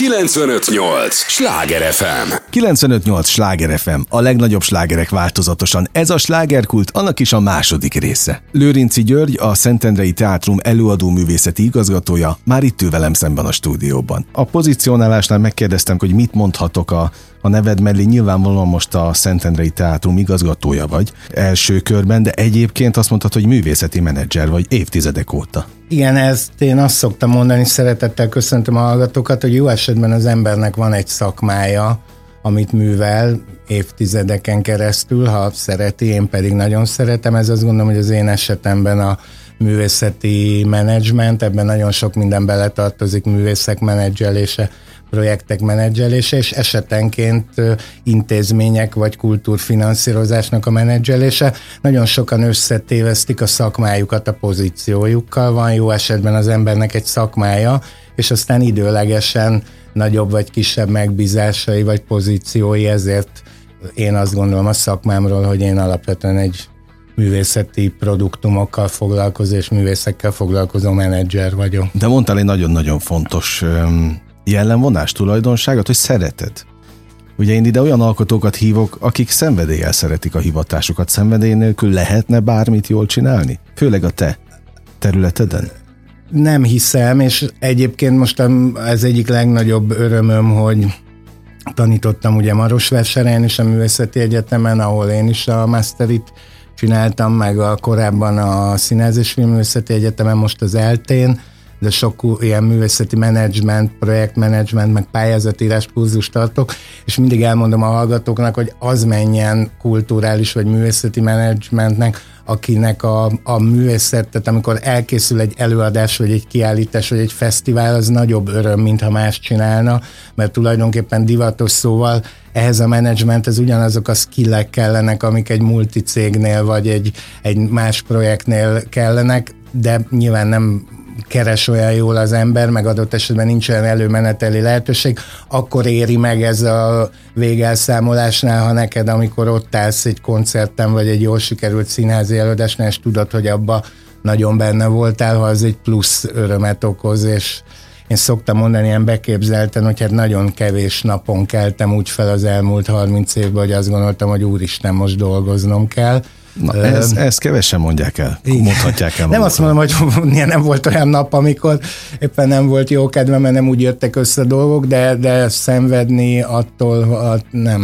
95.8 Sláger FM. 95.8 Sláger FM. A legnagyobb slágerek változatosan. Ez a slágerkult, annak is a második része. Lőrinci György, a Szentendrei Teátrum előadó művészeti igazgatója, már itt ül velem szemben a stúdióban. A pozícionálásnál megkérdeztem, hogy mit mondhatok a neved mellé. Nyilvánvalóan most a Szentendrei Teátrum igazgatója vagy első körben, de egyébként azt mondhatod, hogy művészeti menedzser vagy évtizedek óta. Igen, ezt én azt szoktam mondani, szeretettel köszöntöm a hallgatókat, hogy jó esetben az embernek van egy szakmája, amit művel évtizedeken keresztül, ha szereti, én pedig nagyon szeretem. Ez azt gondolom, hogy az én esetemben a művészeti menedzsment, ebben nagyon sok minden beletartozik, művészek menedzselése, projektek menedzselése, és esetenként intézmények vagy kultúrfinanszírozásnak a menedzselése. Nagyon sokan összetévesztik a szakmájukat a pozíciójukkal. Van jó esetben az embernek egy szakmája, és aztán időlegesen nagyobb vagy kisebb megbízásai vagy pozíciói, ezért én azt gondolom a szakmámról, hogy én alapvetően egy művészeti produktumokkal foglalkozó és művészekkel foglalkozó menedzser vagyok. De mondtál egy nagyon-nagyon fontos jellemvonás, tulajdonságot, hogy szereted. Ugye én ide olyan alkotókat hívok, akik szenvedéllyel szeretik a hivatásukat. Szenvedély nélkül lehetne bármit jól csinálni? Főleg a te területeden? Nem hiszem, és egyébként most ez egyik legnagyobb örömöm, hogy tanítottam ugye Marosvásárhelyen is a Művészeti Egyetemen, ahol én is a masterit csináltam, meg korábban a Színház és Filmművészeti Egyetemen, most az ELTÉn, de sok ilyen művészeti menedzsment, projektmenedzsment, meg pályázatírás kurzust tartok, és mindig elmondom a hallgatóknak, hogy az menjen kulturális vagy művészeti menedzsmentnek, akinek a művészet, tehát amikor elkészül egy előadás, vagy egy kiállítás, vagy egy fesztivál, az nagyobb öröm, mintha más csinálna, mert tulajdonképpen divatos szóval ehhez a menedzsmenthez ugyanazok a skillek kellenek, amik egy multicégnél, vagy egy más projektnél kellenek, de nyilván nem keres olyan jól az ember, meg adott esetben nincs olyan előmeneteli lehetőség, akkor éri meg ez a végelszámolásnál, ha neked, amikor ott állsz egy koncerten, vagy egy jól sikerült színházi előadásnál, és tudod, hogy abba nagyon benne voltál, ha az egy plusz örömet okoz, és én szoktam mondani ilyen beképzelten, hogy hát nagyon kevés napon keltem úgy fel az elmúlt 30 évben, hogy azt gondoltam, hogy úristen, most dolgoznom kell. Na, ezt kevesen mondják el, mondhatják el. Nem azt mondom, hogy nem volt olyan nap, amikor éppen nem volt jó kedvem, mert nem úgy jöttek össze dolgok, de szenvedni attól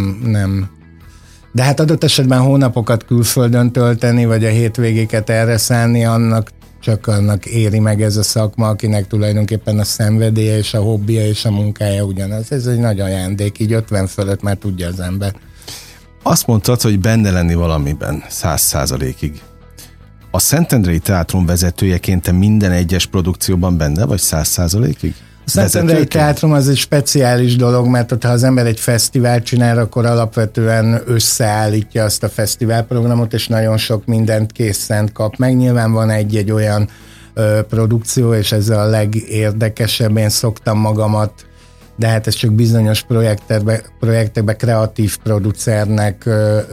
nem. De hát adott esetben hónapokat külföldön tölteni, vagy a hétvégéket erre szánni, annak éri meg ez a szakma, akinek tulajdonképpen a szenvedélye és a hobbija és a munkája ugyanaz. Ez egy nagy ajándék, így 50 fölött már tudja az ember. Azt mondtad, hogy benne lenni valamiben 100%-ig. A Szentendrei Teátrum vezetőjeként te minden egyes produkcióban benne vagy 100%-ig? A Szentendrei Teátrum az egy speciális dolog, mert ott, ha az ember egy fesztivált csinál, akkor alapvetően összeállítja azt a fesztiválprogramot, és nagyon sok mindent készen kap meg. Nyilván van egy olyan produkció, és ez a legérdekesebb, én szoktam magamat, de hát ez csak bizonyos projektekbe kreatív producernek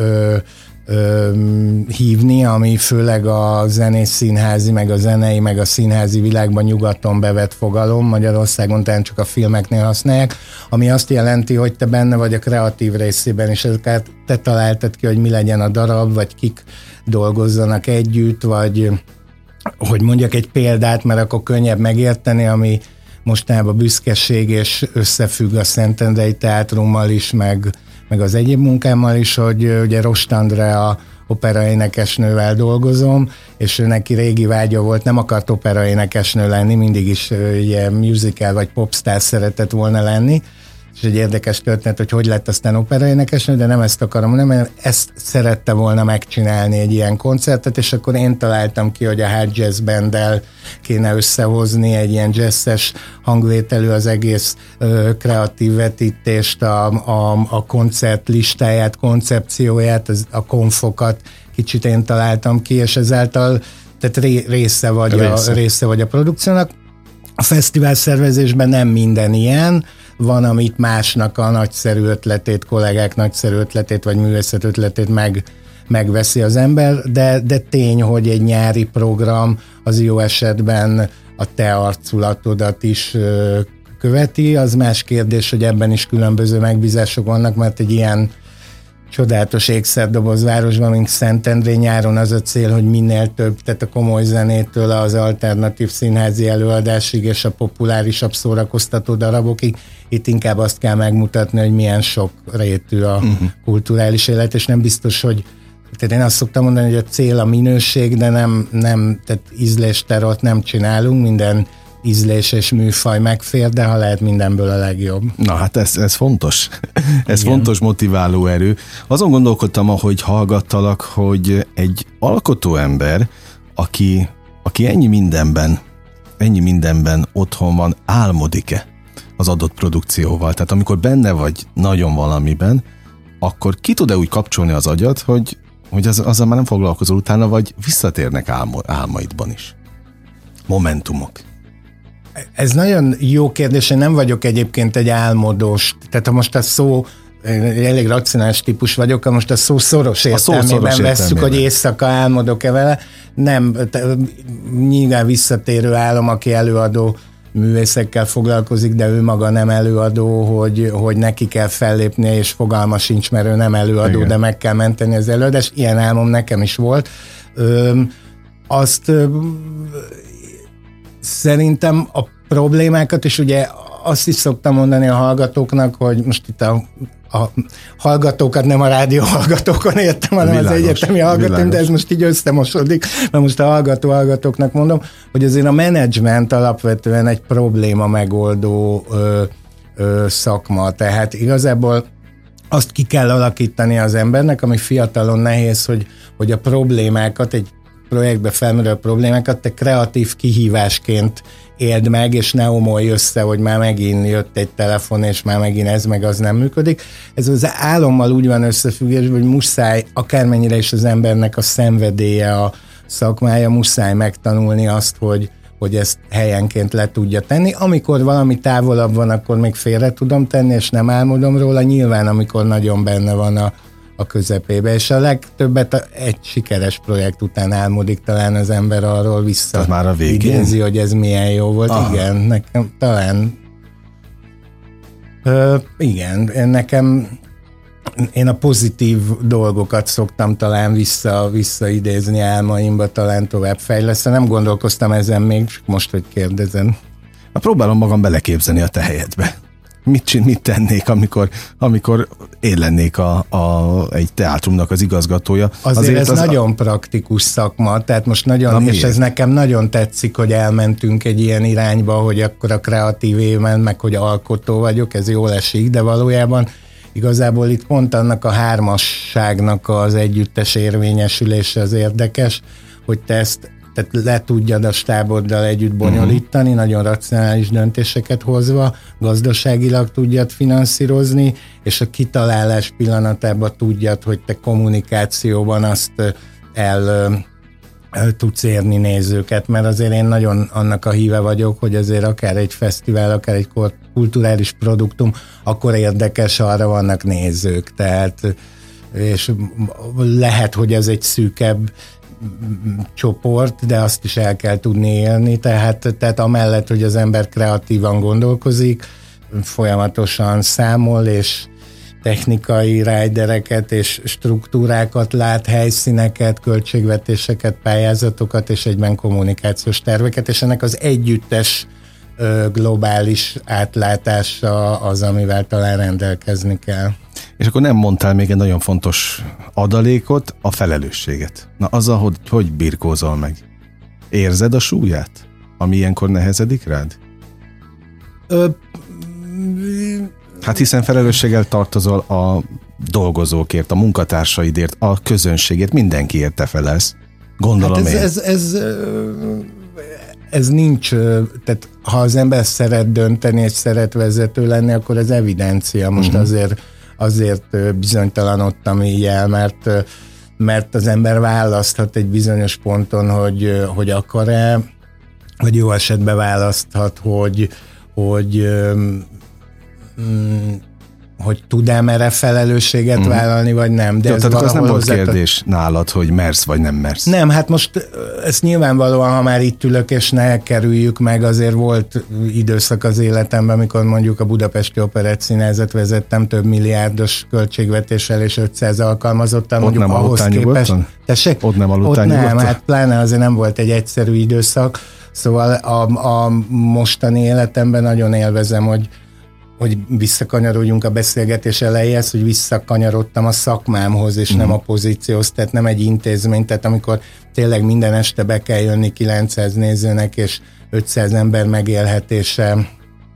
hívni, ami főleg a zenés színházi, meg a zenei, meg a színházi világban nyugaton bevett fogalom, Magyarországon talán csak a filmeknél használják, ami azt jelenti, hogy te benne vagy a kreatív részében, és ezeket te találtad ki, hogy mi legyen a darab, vagy kik dolgozzanak együtt, vagy hogy mondjak egy példát, mert akkor könnyebb megérteni, ami mostanában büszkeség, és összefügg a Szentendrei Teátrummal is, meg az egyéb munkámmal is, hogy ugye Rost Andrea operaénekesnővel dolgozom, és neki régi vágya volt, nem akart operaénekesnő lenni, mindig is ugye musical vagy popstar szeretett volna lenni, és egy érdekes történet, hogy lett aztán operaénekesnő, de nem ezt akarom mondani, mert ezt szerette volna megcsinálni egy ilyen koncertet, és akkor én találtam ki, hogy a Hard Jazz Banddel kéne összehozni egy ilyen jazzes hangvételű az egész kreatív vetítést, a koncert listáját, koncepcióját, a konfokat kicsit én találtam ki, és ezáltal tehát része vagy a produkciónak. A fesztivál szervezésben nem minden ilyen, van, amit másnak a nagyszerű ötletét, kollégák nagyszerű ötletét, vagy művészet ötletét megveszi az ember, de tény, hogy egy nyári program az jó esetben a te arculatodat is követi. Az más kérdés, hogy ebben is különböző megbízások vannak, mert egy ilyen csodálatos ékszerdobozvárosban, mint Szentendrén, nyáron az a cél, hogy minél több, tehát a komoly zenétől az alternatív színházi előadásig és a populárisabb szórakoztató darabokig. Itt inkább azt kell megmutatni, hogy milyen sok rétű a kulturális élet, és nem biztos, hogy tehát én azt szoktam mondani, hogy a cél a minőség, de nem tehát ízlésterot nem csinálunk, minden ízlés és műfaj megfér, de ha lehet mindenből a legjobb. Na hát ez fontos. Ez igen. Fontos motiváló erő. Azon gondolkodtam, ahogy hallgattalak, hogy egy alkotó ember, aki ennyi mindenben otthon van, álmodik-e az adott produkcióval? Tehát amikor benne vagy nagyon valamiben, akkor ki tud-e úgy kapcsolni az agyat, hogy azzal már nem foglalkozol utána, vagy visszatérnek álmaidban is? Momentumok. Ez nagyon jó kérdés, én nem vagyok egyébként egy álmodós, tehát ha most a szó, elég racionális típus vagyok, ha most a szó szoros értelmében vesszük, hogy éjszaka álmodok-e vele, nem, nyilván visszatérő álom, aki előadó művészekkel foglalkozik, de ő maga nem előadó, hogy neki kell fellépnie, és fogalma sincs, mert ő nem előadó, igen. De meg kell menteni az előadást. Ilyen álmom nekem is volt. Szerintem a problémákat, és ugye azt is szoktam mondani a hallgatóknak, hogy most itt a hallgatókat nem a rádió hallgatókon értem, hanem világos, az egyetemi hallgatók, de ez most így összemosodik, mert most a hallgatóknak mondom, hogy azért a menedzsment alapvetően egy probléma megoldó szakma, tehát igazából azt ki kell alakítani az embernek, ami fiatalon nehéz, hogy a problémákat, egy projektbe felmerülő problémákat te kreatív kihívásként éld meg, és ne omolj össze, hogy már megint jött egy telefon, és már megint ez meg az nem működik. Ez az álommal úgy van összefüggés, hogy muszáj, akármennyire is az embernek a szenvedélye, a szakmája, muszáj megtanulni azt, hogy ezt helyenként le tudja tenni. Amikor valami távolabb van, akkor még félre tudom tenni, és nem álmodom róla. Nyilván, amikor nagyon benne van a közepébe, és a legtöbbet egy sikeres projekt után álmodik talán az ember arról vissza. Már a végén? Idézi, hogy ez milyen jó volt. Aha. Igen, nekem talán igen, nekem én a pozitív dolgokat szoktam talán visszaidézni álmaimba, talán tovább fejleszteni. Nem gondolkoztam ezen még, csak most, hogy kérdezem. Próbálom magam beleképzelni a te helyedbe. Mit tennék, amikor én lennék egy teátrumnak az igazgatója? Azért ez nagyon praktikus szakma, tehát most nagyon, és ez nekem nagyon tetszik, hogy elmentünk egy ilyen irányba, hogy akkor a kreatív éven, meg hogy alkotó vagyok, ez jól esik, de valójában igazából itt pont annak a hármasságnak az együttes érvényesülése az érdekes, hogy te ezt tehát le tudjad a stáboddal együtt bonyolítani, nagyon racionális döntéseket hozva, gazdaságilag tudjad finanszírozni, és a kitalálás pillanatában tudjad, hogy te kommunikációban azt el tudsz érni nézőket, mert azért én nagyon annak a híve vagyok, hogy azért akár egy fesztivál, akár egy kulturális produktum, akkor érdekes, arra vannak nézők, tehát és lehet, hogy ez egy szűkebb csoport, de azt is el kell tudni élni, tehát amellett, hogy az ember kreatívan gondolkozik, folyamatosan számol, és technikai rájdereket és struktúrákat lát, helyszíneket, költségvetéseket, pályázatokat, és egyben kommunikációs terveket, és ennek az együttes globális átlátása az, amivel talán rendelkezni kell. És akkor nem mondtál még egy nagyon fontos adalékot, a felelősséget. Na azzal, hogy birkózol meg? Érzed a súlyát, ami ilyenkor nehezedik rád? Hát hiszen felelősséggel tartozol a dolgozókért, a munkatársaidért, a közönségért, mindenkiért te felelsz. Gondolom hát ez nincs, tehát ha az ember szeret dönteni és szeret vezető lenni, akkor ez evidencia. Most azért bizonytalanodtam így el, mert az ember választhat egy bizonyos ponton, hogy akar-e, vagy jó esetben választhat, hogy hogy tud-e erre felelősséget vállalni, vagy nem. De jó, tehát az nem volt kérdés nálad, hogy mersz, vagy nem mersz. Nem, hát most ez nyilvánvalóan, ha már itt ülök, és ne kerüljük meg, azért volt időszak az életemben, amikor mondjuk a Budapesti Operettszínházat vezettem több milliárdos költségvetéssel és 500 alkalmazottal. Ott nem aludtál nyugodtan? Ott nem aludtál nyugodtan? Nem, hát pláne azért nem volt egy egyszerű időszak, szóval a mostani életemben nagyon élvezem, hogy visszakanyarodjunk a beszélgetés elejéhez, hogy visszakanyarodtam a szakmámhoz, és nem a pozícióhoz, tehát nem egy intézmény, tehát amikor tényleg minden este be kell jönni 900 nézőnek, és 500 ember megélhetése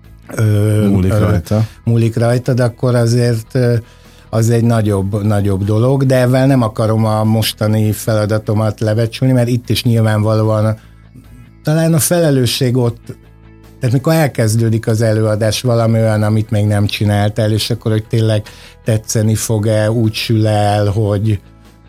múlik rajtad, akkor azért az egy nagyobb dolog, de ezzel nem akarom a mostani feladatomat lebecsülni, mert itt is nyilvánvalóan talán a felelősség ott. Tehát mikor elkezdődik az előadás, valami olyan, amit még nem csináltál, és akkor, hogy tényleg tetszeni fog-e, úgy sül el, hogy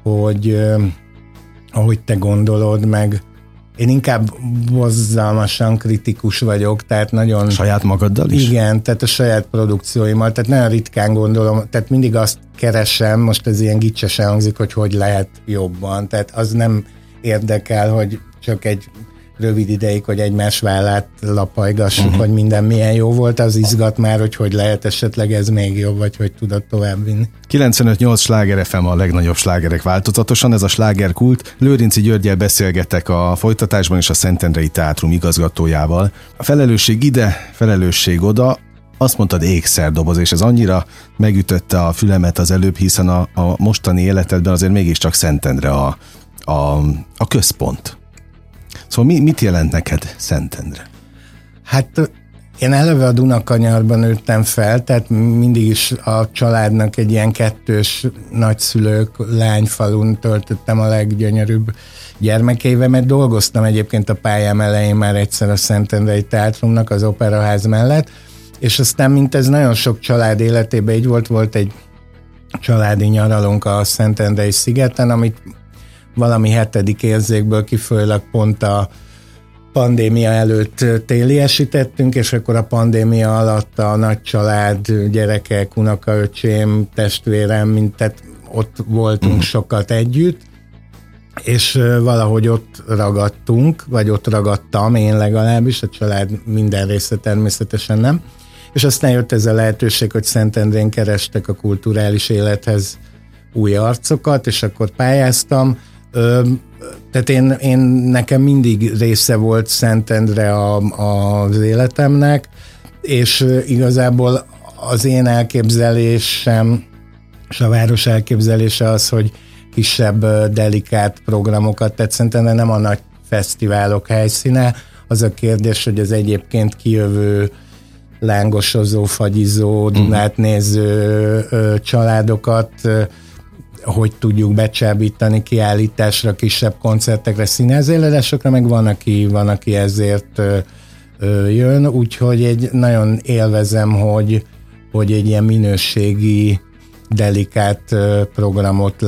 ahogy te gondolod, meg én inkább borzalmasan kritikus vagyok, tehát nagyon... Saját magaddal is? Igen, tehát a saját produkcióimmal, tehát nagyon ritkán gondolom, tehát mindig azt keresem, most ez ilyen gicsesen hangzik, hogy lehet jobban, tehát az nem érdekel, hogy csak egy rövid ideig, hogy egymás vállát lapajgassuk, hogy minden milyen jó volt, az izgat már, hogy lehet esetleg ez még jobb, vagy hogy tudod továbbvinni. 95.8 Sláger FM a legnagyobb slágerek változatosan, ez a slágerkult. Lőrinczi Györggyel beszélgetek a folytatásban és a Szentendrei Teátrum igazgatójával. A felelősség ide, felelősség oda, azt mondtad ékszerdoboz, és ez annyira megütötte a fülemet az előbb, hiszen a mostani életedben azért mégiscsak Szentendre a központ. Szóval mit jelent neked Szentendre? Hát én eleve a Dunakanyarban nőttem fel, tehát mindig is a családnak egy ilyen kettős nagyszülők lányfalun töltöttem a leggyönyörűbb gyermekévemet. Dolgoztam egyébként a pályám elején már egyszer a Szentendrei Teátrumnak az Operaház mellett, és aztán mint ez nagyon sok család életében így volt egy családi nyaralónk a Szentendrei szigeten, amit valami 7. érzékből kifolyólag pont a pandémia előtt téliesítettünk, és akkor a pandémia alatt a nagy család, gyerekek, unokaöcsém, testvérem, tehát ott voltunk sokat együtt, és valahogy ott ragadtunk, vagy ott ragadtam én legalábbis, a család minden része természetesen nem, és aztán jött ez a lehetőség, hogy Szentendrén kerestek a kulturális élethez új arcokat, és akkor pályáztam. Tehát én nekem mindig része volt Szentendre az életemnek, és igazából az én elképzelésem, és a város elképzelése az, hogy kisebb, delikát programokat, tehát Szentendre nem a nagy fesztiválok helyszíne, az a kérdés, hogy az egyébként kijövő lángosozó, fagyizó, Dunát néző családokat hogy tudjuk becsábítani kiállításra, kisebb koncertekre, színházéledásokra, meg van, aki ezért jön, úgyhogy nagyon élvezem, hogy egy ilyen minőségi, delikát programot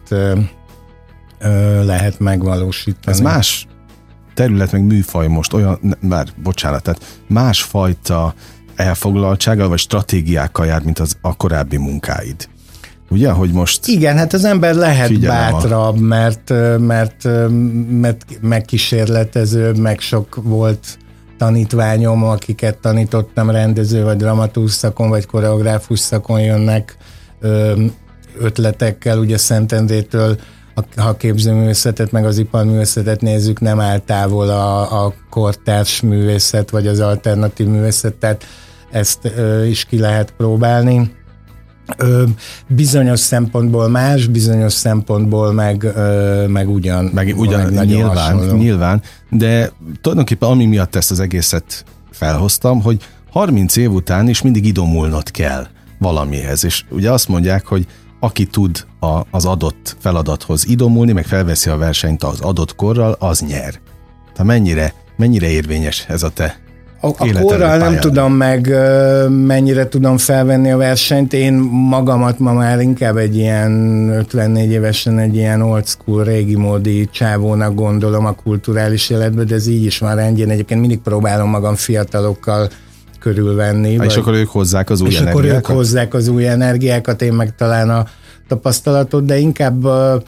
lehet megvalósítani. Ez más terület, meg műfaj most, tehát másfajta elfoglaltsággal, vagy stratégiákkal jár, mint a korábbi munkáid. Ugye, hogy most... Igen, hát az ember lehet bátrabb, mert megkísérletezőbb, meg sok volt tanítványom, akiket tanítottam rendező, vagy dramaturg szakon, vagy koreográfus szakon jönnek ötletekkel, ugye Szentendrétől, ha a képzőművészetet, meg az iparművészetet nézzük, nem áll távol a kortárs művészet, vagy az alternatív művészet, tehát ezt is ki lehet próbálni. Bizonyos szempontból más, bizonyos szempontból meg ugyan nyilván, de tulajdonképpen ami miatt ezt az egészet felhoztam, hogy 30 év után is mindig idomulnod kell valamihez, és ugye azt mondják, hogy aki tud az adott feladathoz idomulni, meg felveszi a versenyt az adott korral, az nyer. Tehát mennyire érvényes ez a te A korral nem tudom meg, mennyire tudom felvenni a versenyt. Én magamat ma már inkább egy ilyen 54 évesen egy ilyen old school, régi módi csávónak gondolom a kulturális életben, de ez így is van rendjén. Egyébként mindig próbálom magam fiatalokkal körülvenni. És akkor ők hozzák az új energiákat? És akkor ők hozzák az új energiákat, én meg talán a tapasztalatot, de inkább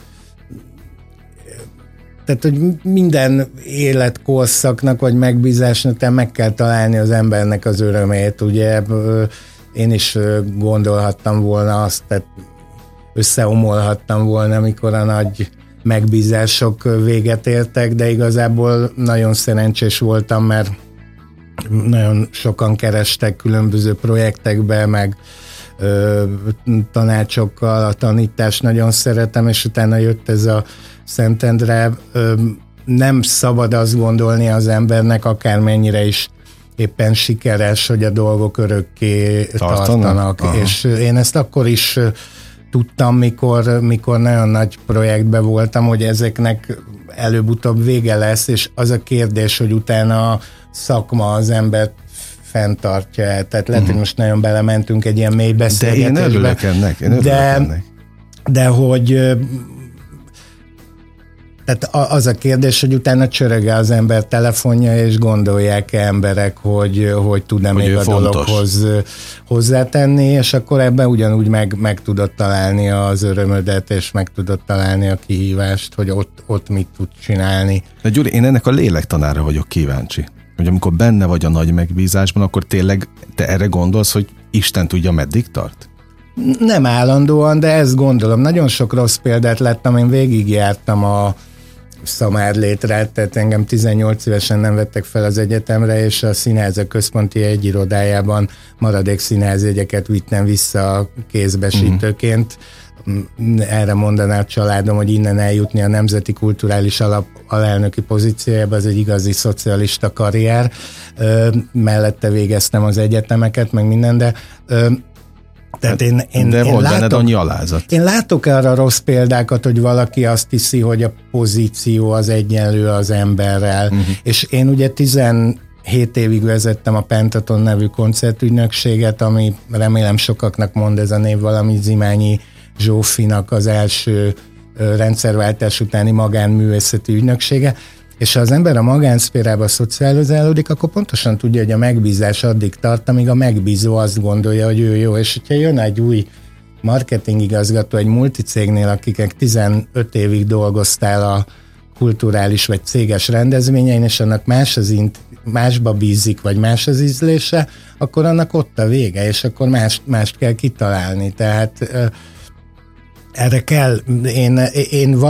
tehát, hogy minden életkorszaknak, vagy megbízásnak meg kell találni az embernek az örömét. Ugye én is gondolhattam volna azt, tehát összeomolhattam volna, amikor a nagy megbízások véget értek, de igazából nagyon szerencsés voltam, mert nagyon sokan kerestek különböző projektekbe, meg tanácsokkal, a tanítást nagyon szeretem, és utána jött ez a Szentendre. Nem szabad azt gondolni az embernek, akármennyire is éppen sikeres, hogy a dolgok örökké tartanak. És én ezt akkor is tudtam, mikor nagyon nagy projektben voltam, hogy ezeknek előbb-utóbb vége lesz, és az a kérdés, hogy utána a szakma az embert fenntartja el. Tehát lehet, hogy most nagyon belementünk egy ilyen mély beszélgetésbe. De én örülök ennek. De hogy tehát az a kérdés, hogy utána csörög az ember telefonja, és gondolják-e emberek, hogy tud-e még a dologhoz hozzátenni, és akkor ebben ugyanúgy meg tudod találni az örömödet, és meg tudod találni a kihívást, hogy ott mit tud csinálni. De Gyuri, én ennek a lélektanára vagyok kíváncsi. Hogy amikor benne vagy a nagy megbízásban, akkor tényleg te erre gondolsz, hogy Isten tudja, meddig tart? Nem állandóan, de ezt gondolom. Nagyon sok rossz példát láttam, én végigjártam a Szamárlétre, tehát engem 18 évesen nem vettek fel az egyetemre, és a Színházak Központi egyirodájában maradék színházjegyeket vittem vissza kézbesítőként. Erre mondaná a családom, hogy innen eljutni a Nemzeti Kulturális Alap alelnöki pozíciójába, az egy igazi szocialista karrier. Mellette végeztem az egyetemeket, meg minden, de tehát de volt benned annyi alázat. Én látok arra rossz példákat, hogy valaki azt hiszi, hogy a pozíció az egyenlő az emberrel. És én ugye 17 évig vezettem a Pentaton nevű koncertügynökséget, ami remélem sokaknak mond ez a név, valami Zimányi Zsófinak az első rendszerváltás utáni magánművészeti ügynöksége, és ha az ember a magánszférába szocializálódik, akkor pontosan tudja, hogy a megbízás addig tart, amíg a megbízó azt gondolja, hogy ő jó, és hogyha jön egy új marketingigazgató egy multicégnél, akiknek 15 évig dolgoztál a kulturális vagy céges rendezvényein, és annak másba bízik, vagy más az ízlése, akkor annak ott a vége, és akkor mást kell kitalálni. Tehát erre kell, én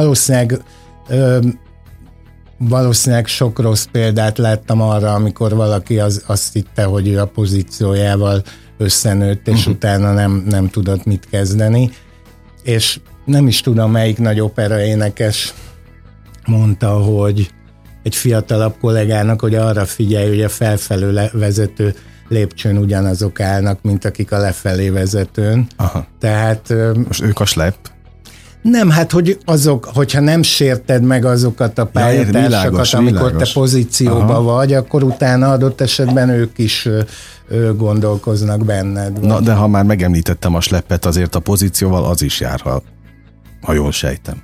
valószínűleg sok rossz példát láttam arra, amikor valaki azt hitte, hogy ő a pozíciójával összenőtt, és utána nem tudott mit kezdeni. És nem is tudom, melyik nagy operaénekes mondta, hogy egy fiatalabb kollégának, hogy arra figyelj, hogy a felfelő vezető lépcsőn ugyanazok állnak, mint akik a lefelé vezetőn. Aha. Tehát most ők a slepp? Nem, hát hogy hogyha nem sérted meg azokat a pályatársakat, amikor te pozícióban vagy, akkor utána adott esetben ők is gondolkoznak benned. Na, de ha már megemlítettem a sleppet, azért a pozícióval az is jár, ha jól sejtem.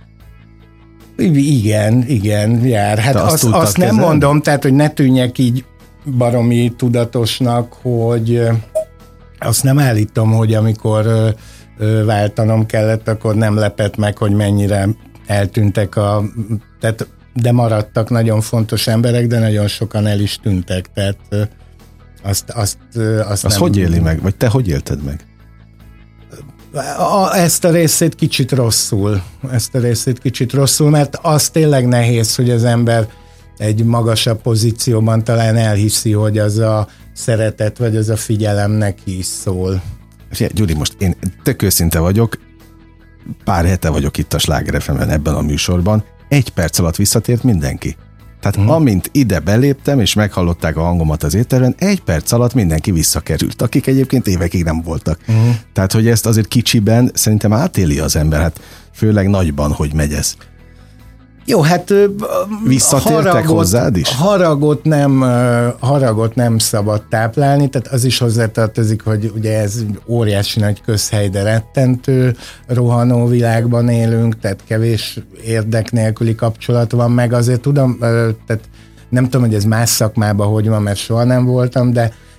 Igen, jár. Hát azt nem mondom, tehát, hogy ne tűnjek így baromi tudatosnak, hogy azt nem állítom, hogy amikor váltanom kellett, akkor nem lepett meg, hogy mennyire eltűntek de maradtak nagyon fontos emberek, de nagyon sokan el is tűntek, tehát azt nem... hogy éli meg? Vagy te hogy élted meg? Ezt a részét kicsit rosszul, mert az tényleg nehéz, hogy az ember egy magasabb pozícióban talán elhiszi, hogy az a szeretet, vagy az a figyelem neki is szól. Gyuri, most én tök őszinte vagyok, pár hete vagyok itt a Sláger FM-en ebben a műsorban, 1 perc alatt visszatért mindenki. Tehát amint ide beléptem, és meghallották a hangomat az étterben, 1 perc alatt mindenki visszakerült, akik egyébként évekig nem voltak. Tehát, hogy ezt azért kicsiben szerintem átéli az ember, hát főleg nagyban, hogy megy ez. Jó, hát visszatértek hozzád is? Haragot nem szabad táplálni, tehát az is hozzátartozik, hogy ugye ez óriási nagy közhely, de rettentő rohanó világban élünk, tehát kevés érdek nélküli kapcsolat van, meg azért tudom, tehát nem tudom, hogy ez más szakmában hogy van, mert soha nem voltam, de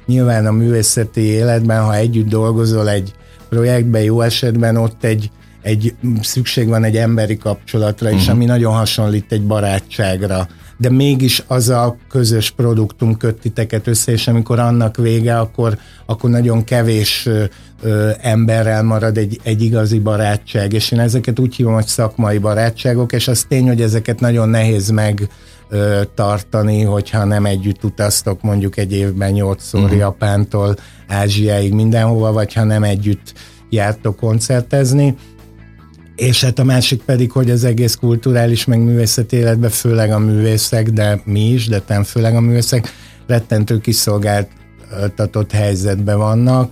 nyilván a művészeti életben, ha együtt dolgozol egy projektben, jó esetben ott egy szükség van egy emberi kapcsolatra is, ami nagyon hasonlít egy barátságra. De mégis az a közös produktum köt titeket össze, és amikor annak vége, akkor nagyon kevés emberrel marad egy igazi barátság, és én ezeket úgy hívom, hogy szakmai barátságok, és az tény, hogy ezeket nagyon nehéz megtartani, hogyha nem együtt utaztok mondjuk egy évben 8-szor Japántól Ázsiáig mindenhova, vagy ha nem együtt jártok koncertezni. És hát a másik pedig, hogy az egész kulturális meg művészeti életben, főleg a művészek, de mi is, de nem főleg a művészek, rettentő kiszolgáltatott helyzetben vannak,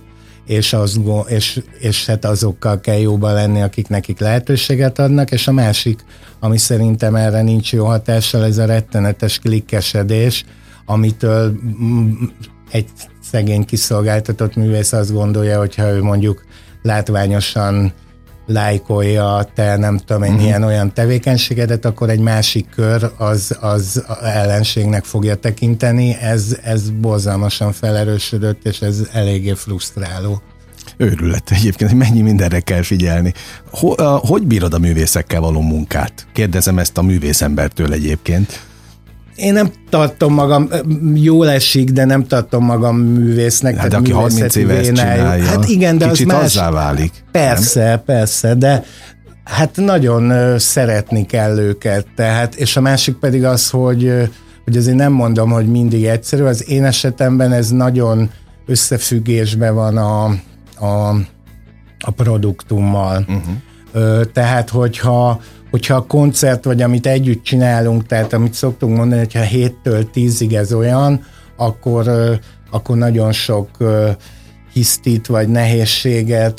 és hát azokkal kell jóban lenni, akik nekik lehetőséget adnak, és a másik, ami szerintem erre nincs jó hatással, ez a rettenetes klikkesedés, amitől egy szegény kiszolgáltatott művész azt gondolja, hogyha ő mondjuk látványosan lájkolja te nem tudom én ilyen olyan tevékenységedet, akkor egy másik kör az ellenségnek fogja tekinteni. Ez borzalmasan felerősödött, és ez eléggé frusztráló. Őrület egyébként, hogy mennyi mindenre kell figyelni. Hogy bírod a művészekkel való munkát? Kérdezem ezt a művészembertől egyébként. Én nem tartom magam, jól esik, de nem tartom magam művésznek. Hát de aki 30 éve ezt csinálja, hát igen, de kicsit az más, azzá válik. Persze, de hát nagyon szeretni kell őket. Tehát, és a másik pedig az, hogy azért nem mondom, hogy mindig egyszerű. Az én esetemben ez nagyon összefüggésben van a produktummal. Tehát, hogyha a koncert, vagy amit együtt csinálunk, tehát amit szoktunk mondani, hogyha 7-től 10-ig ez olyan, akkor nagyon sok hisztit, vagy nehézséget,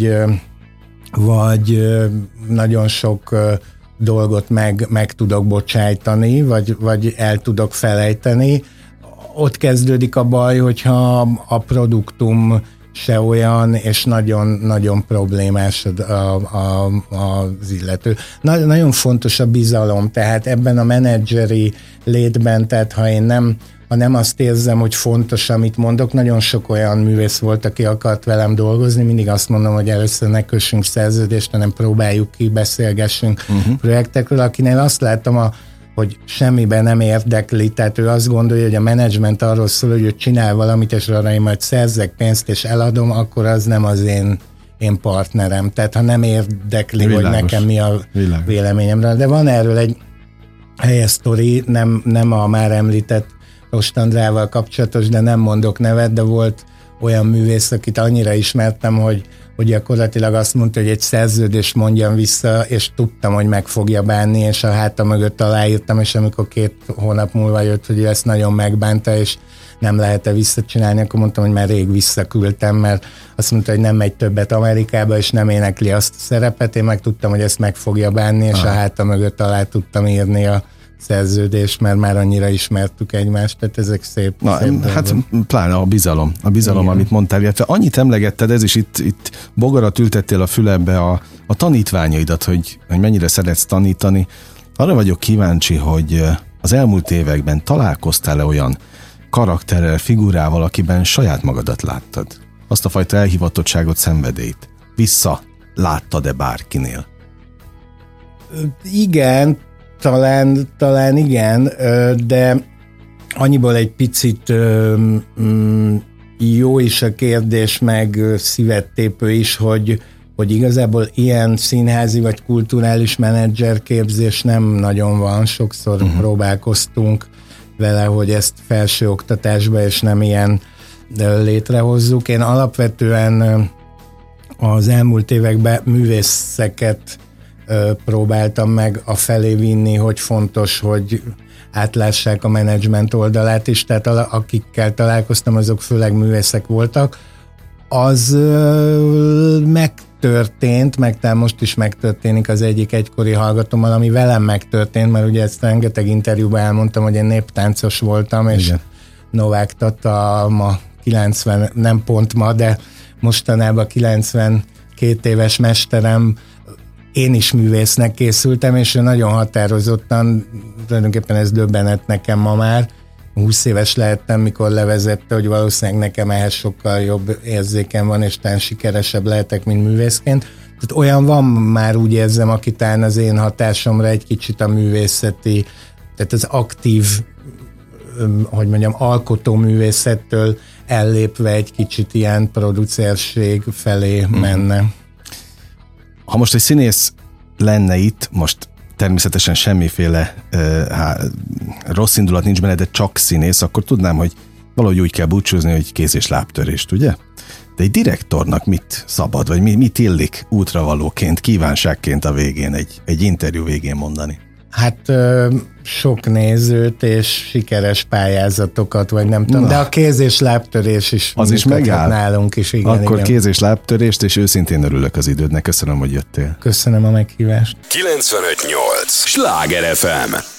vagy nagyon sok dolgot meg tudok bocsájtani, vagy el tudok felejteni. Ott kezdődik a baj, hogyha a produktum se olyan, és nagyon problémás az illető. Nagyon fontos a bizalom, tehát ebben a menedzseri létben, tehát ha nem azt érzem, hogy fontos, amit mondok, nagyon sok olyan művész volt, aki akart velem dolgozni, mindig azt mondom, hogy először ne kössünk szerződést, hanem próbáljuk ki, beszélgessünk projektekről, akinél azt látom, hogy semmiben nem érdekli, tehát ő azt gondolja, hogy a menedzsment arról szól, hogy ő csinál valamit, és arra én majd szerzek pénzt, és eladom, akkor az nem az én partnerem. Tehát ha nem érdekli, világos, hogy nekem mi a véleményemről. De van erről egy helyes sztori, nem a már említett Rost Andrával kapcsolatos, de nem mondok nevet, de volt olyan művész, akit annyira ismertem, hogy gyakorlatilag azt mondta, hogy egy szerződést mondjam vissza, és tudtam, hogy meg fogja bánni, és a háta mögött aláírtam, és amikor 2 hónap múlva jött, hogy ezt nagyon megbánta, és nem lehet-e visszacsinálni, akkor mondtam, hogy már rég visszaküldtem, mert azt mondta, hogy nem megy többet Amerikába, és nem énekli azt a szerepet, én meg tudtam, hogy ezt meg fogja bánni, és a háta mögött alá tudtam írni a szerződés, mert már annyira ismertük egymást, tehát ezek szép hát pláne a bizalom, amit mondtál, illetve annyit emlegetted, ez is itt bogarat ültettél a füledbe a tanítványaidat, hogy mennyire szeretsz tanítani. Arra vagyok kíváncsi, hogy az elmúlt években találkoztál-e olyan karakterrel, figurával, akiben saját magadat láttad? Azt a fajta elhivatottságot, szenvedélyt. Vissza láttad-e bárkinél? Igen, talán igen, de annyiból egy picit jó is a kérdés, meg szívettépő is, hogy igazából ilyen színházi vagy kulturális menedzserképzés nem nagyon van. Sokszor próbálkoztunk vele, hogy ezt felsőoktatásba és nem ilyen létrehozzuk. Én alapvetően az elmúlt években művészeket próbáltam meg afelé vinni, hogy fontos, hogy átlássák a menedzsment oldalát is, tehát akikkel találkoztam, azok főleg művészek voltak. Az megtörtént, meg talán most is megtörténik az egyik egykori hallgatómmal, ami velem megtörtént, mert ugye ezt rengeteg interjúban elmondtam, hogy én néptáncos voltam, és Novák Tata ma 90, nem pont ma, de mostanában 92 éves mesterem, én is művésznek készültem, és nagyon határozottan, tulajdonképpen ez döbbenet nekem ma már, 20 éves lehettem, mikor levezette, hogy valószínűleg nekem ehhez sokkal jobb érzékem van, és talán sikeresebb lehetek, mint művészként. Tehát olyan van, már úgy érzem, aki talán az én hatásomra egy kicsit a művészeti, tehát az aktív, hogy mondjam, alkotó művészettől ellépve egy kicsit ilyen producerség felé menne. Ha most egy színész lenne itt, most természetesen semmiféle rossz indulat nincs benne, de csak színész, akkor tudnám, hogy valahogy úgy kell búcsúzni, hogy kéz- és lábtörést, ugye? De egy direktornak mit szabad, vagy mit illik útravalóként, kívánságként a végén, egy interjú végén mondani? Hát sok nézőt és sikeres pályázatokat, vagy nem tudom, de a kéz- és lábtörés is az is megáll nálunk is. Igen, akkor igen. Kéz- és lábtörést, és őszintén örülök az idődnek. Köszönöm, hogy jöttél. Köszönöm a meghívást. 95.8 Sláger FM.